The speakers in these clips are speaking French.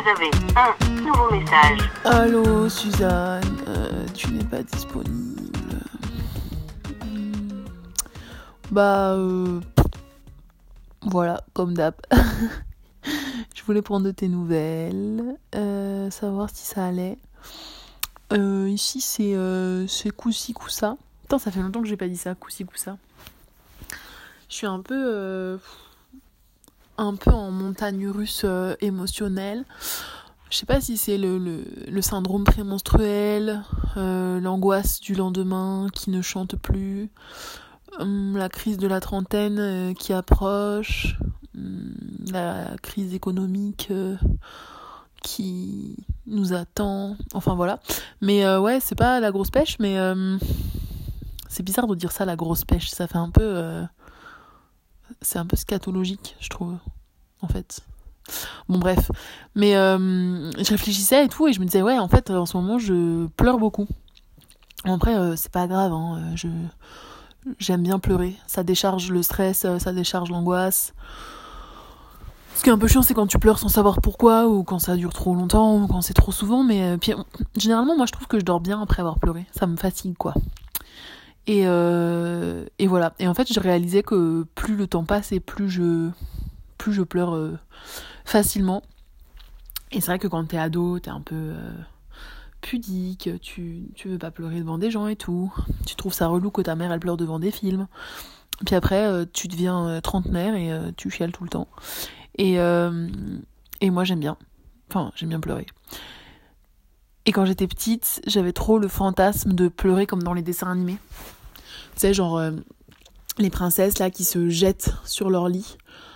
avez un nouveau message. Allô Suzanne, tu n'es pas disponible. Voilà, comme d'hab. Je voulais prendre de tes nouvelles, savoir si ça allait. Ici c'est coup-ci coup-ça. Putain, ça fait longtemps que j'ai pas dit ça, coup-ci coup-ça. Je suis un peu en montagne russe émotionnelle. Je sais pas si c'est le syndrome prémenstruel, l'angoisse du lendemain qui ne chante plus, la crise de la trentaine qui approche, la crise économique qui nous attend, enfin voilà. Mais ouais, c'est pas la grosse pêche, mais c'est bizarre de dire ça, la grosse pêche, ça fait un peu... c'est un peu scatologique, je trouve, en fait. Bon bref, mais je réfléchissais et tout et je me disais ouais en fait en ce moment je pleure beaucoup. Après c'est pas grave hein, j'aime bien pleurer, ça décharge le stress, ça décharge l'angoisse. Ce qui est un peu chiant c'est quand tu pleures sans savoir pourquoi ou quand ça dure trop longtemps ou quand c'est trop souvent, mais puis généralement moi je trouve que je dors bien après avoir pleuré, ça me fatigue quoi. Et voilà, et en fait je réalisais que plus le temps passe et plus je pleure facilement. Et c'est vrai que quand t'es ado, t'es un peu pudique, tu veux pas pleurer devant des gens et tout. Tu trouves ça relou que ta mère elle pleure devant des films. Puis après, tu deviens trentenaire et tu chiales tout le temps. Et moi j'aime bien. Enfin, j'aime bien pleurer. Et quand j'étais petite, j'avais trop le fantasme de pleurer comme dans les dessins animés. Tu sais, genre les princesses là qui se jettent sur leur lit.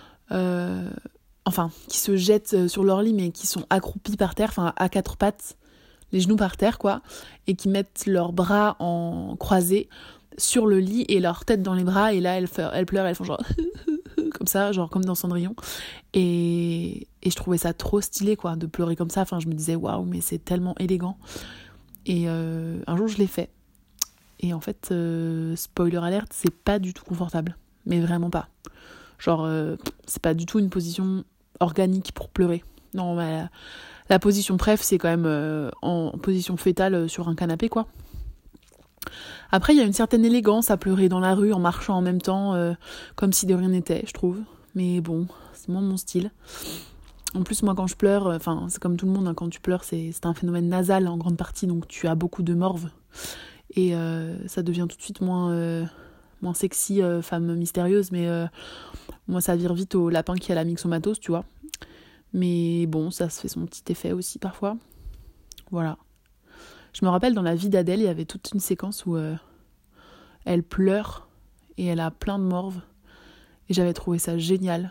Qui se jettent sur leur lit mais qui sont accroupis par terre, enfin à quatre pattes, les genoux par terre quoi, et qui mettent leurs bras en croisés sur le lit et leur tête dans les bras, et là elles pleurent, elles font genre comme ça, genre comme dans Cendrillon, et je trouvais ça trop stylé quoi, de pleurer comme ça. Enfin je me disais waouh mais c'est tellement élégant. Et un jour je l'ai fait, et en fait spoiler alert, c'est pas du tout confortable, mais vraiment pas. Genre c'est pas du tout une position organique pour pleurer. Non, la position préf, c'est quand même en position fétale sur un canapé, quoi. Après, il y a une certaine élégance à pleurer dans la rue en marchant en même temps, comme si de rien n'était, je trouve. Mais bon, c'est moins mon style. En plus, moi, quand je pleure, c'est comme tout le monde, hein, quand tu pleures, c'est un phénomène nasal en grande partie, donc tu as beaucoup de morve. Et ça devient tout de suite moins sexy, femme mystérieuse, mais moi ça vire vite au lapin qui a la myxomatose, tu vois. Mais bon, ça se fait son petit effet aussi parfois. Voilà. Je me rappelle dans la vie d'Adèle, il y avait toute une séquence où elle pleure et elle a plein de morve. Et j'avais trouvé ça génial.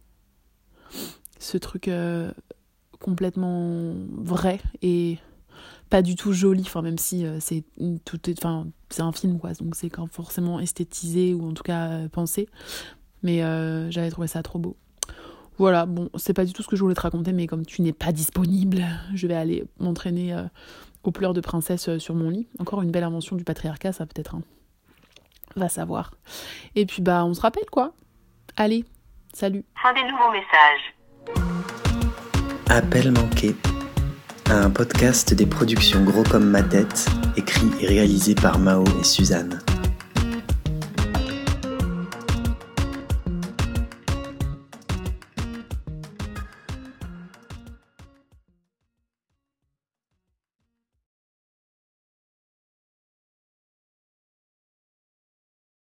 Ce truc complètement vrai et pas du tout joli, enfin même si c'est un film quoi, donc c'est quand forcément esthétisé ou en tout cas pensé, mais j'avais trouvé ça trop beau. Voilà, bon, c'est pas du tout ce que je voulais te raconter, mais comme tu n'es pas disponible, je vais aller m'entraîner aux pleurs de princesse sur mon lit. Encore une belle invention du patriarcat, ça peut-être, hein. Va savoir. Et puis on se rappelle quoi. Allez, salut. Fin des nouveaux messages. Appel manqué. Un podcast des productions Gros comme ma tête, écrit et réalisé par Mao et Suzanne.